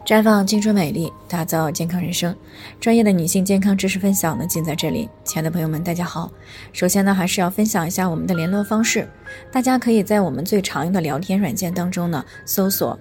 绽放青春美丽，打造健康人生。专业的女性健康知识分享呢，尽在这里。亲爱的朋友们，大家好。首先呢，还是要分享一下我们的联络方式。大家可以在我们最常用的聊天软件当中呢，搜索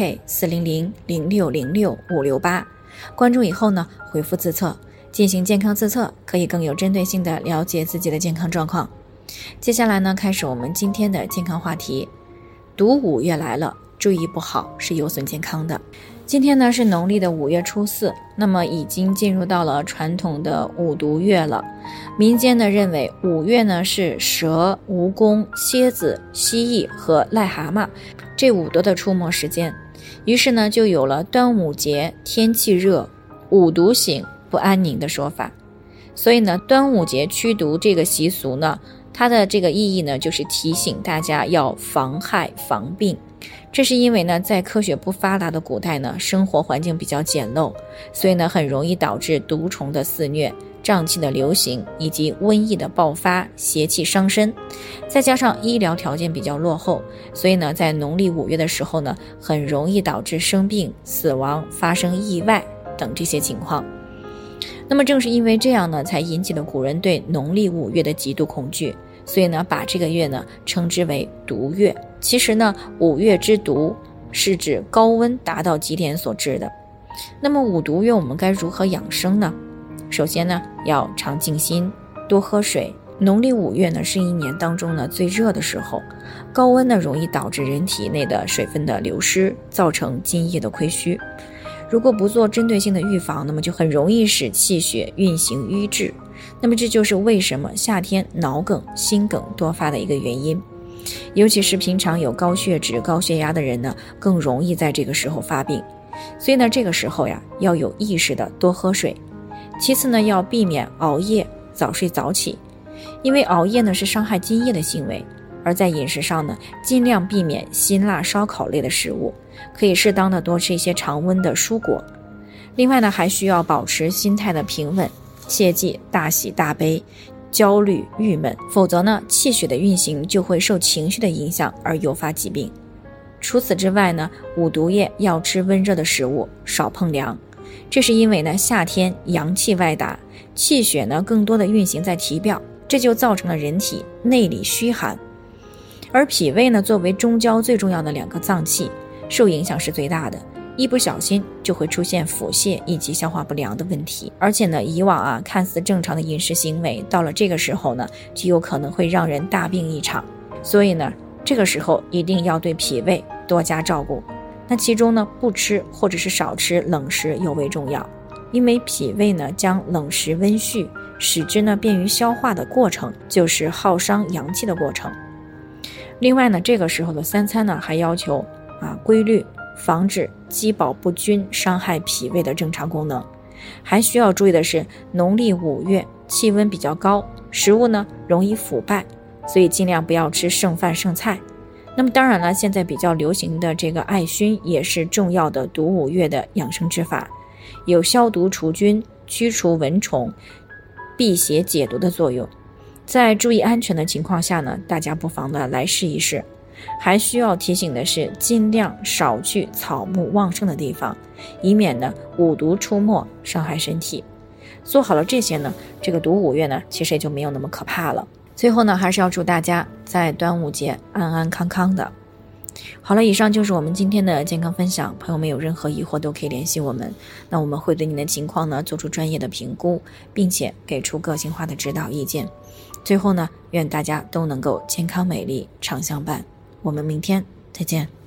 PK4000606-568，关注以后呢，回复自测，进行健康自测，可以更有针对性的了解自己的健康状况。接下来呢，开始我们今天的健康话题。毒5月来了，注意不好是有损健康的。今天呢是农历的5月初4，那么已经进入到了传统的五毒月了。民间呢认为5月呢是蛇、蜈蚣、蝎子、蜥蜴和癞蛤蟆这5毒的出没时间，于是呢就有了端午节天气热，五毒醒不安宁的说法。所以呢端午节驱毒这个习俗呢，它的这个意义呢就是提醒大家要防害防病。这是因为呢，在科学不发达的古代呢，生活环境比较简陋，所以呢，很容易导致毒虫的肆虐、瘴气的流行以及瘟疫的爆发、邪气伤身。再加上医疗条件比较落后，所以呢，在农历5月的时候呢，很容易导致生病、死亡、发生意外等这些情况。那么正是因为这样呢，才引起了古人对农历5月的极度恐惧，所以呢，把这个月呢称之为毒月。其实呢，5月之毒是指高温达到极点所致的。那么五毒月我们该如何养生呢？首先呢，要常静心，多喝水。农历5月呢是一年当中呢最热的时候，高温呢容易导致人体内的水分的流失，造成津液的亏虚。如果不做针对性的预防，那么就很容易使气血运行瘀滞。那么这就是为什么夏天脑梗、心梗多发的一个原因。尤其是平常有高血脂、高血压的人呢，更容易在这个时候发病。所以呢，这个时候呀，要有意识的多喝水。其次呢，要避免熬夜、早睡早起，因为熬夜呢是伤害津液的行为。而在饮食上呢，尽量避免辛辣烧烤类的食物，可以适当的多吃一些常温的蔬果。另外呢，还需要保持心态的平稳，切忌大喜大悲、焦虑郁闷，否则呢气血的运行就会受情绪的影响而诱发疾病。除此之外呢，五毒夜要吃温热的食物，少碰凉。这是因为呢夏天阳气外达，气血呢更多的运行在体表，这就造成了人体内里虚寒。而脾胃呢作为中焦最重要的2个脏器，受影响是最大的，一不小心就会出现腹泻以及消化不良的问题。而且呢，以往看似正常的饮食行为，到了这个时候呢，就有可能会让人大病一场。所以呢，这个时候一定要对脾胃多加照顾。那其中呢，不吃或者是少吃冷食尤为重要，因为脾胃呢将冷食温煦，使之呢便于消化的过程，就是耗伤阳气的过程。另外呢，这个时候的3餐呢，还要求规律，防止饥饱不均伤害脾胃的正常功能。还需要注意的是，农历5月气温比较高，食物呢容易腐败，所以尽量不要吃剩饭剩菜。那么当然了，现在比较流行的这个艾熏也是重要的毒5月的养生之法，有消毒除菌、驱除蚊虫、辟邪解毒的作用。在注意安全的情况下呢，大家不妨的来试一试。还需要提醒的是，尽量少去草木旺盛的地方，以免呢五毒出没伤害身体。做好了这些呢，这个毒5月呢其实也就没有那么可怕了。最后呢，还是要祝大家在端午节安安康康的。好了，以上就是我们今天的健康分享，朋友们有任何疑惑都可以联系我们，那我们会对您的情况呢做出专业的评估，并且给出个性化的指导意见。最后呢，愿大家都能够健康美丽常相伴。我们明天再见。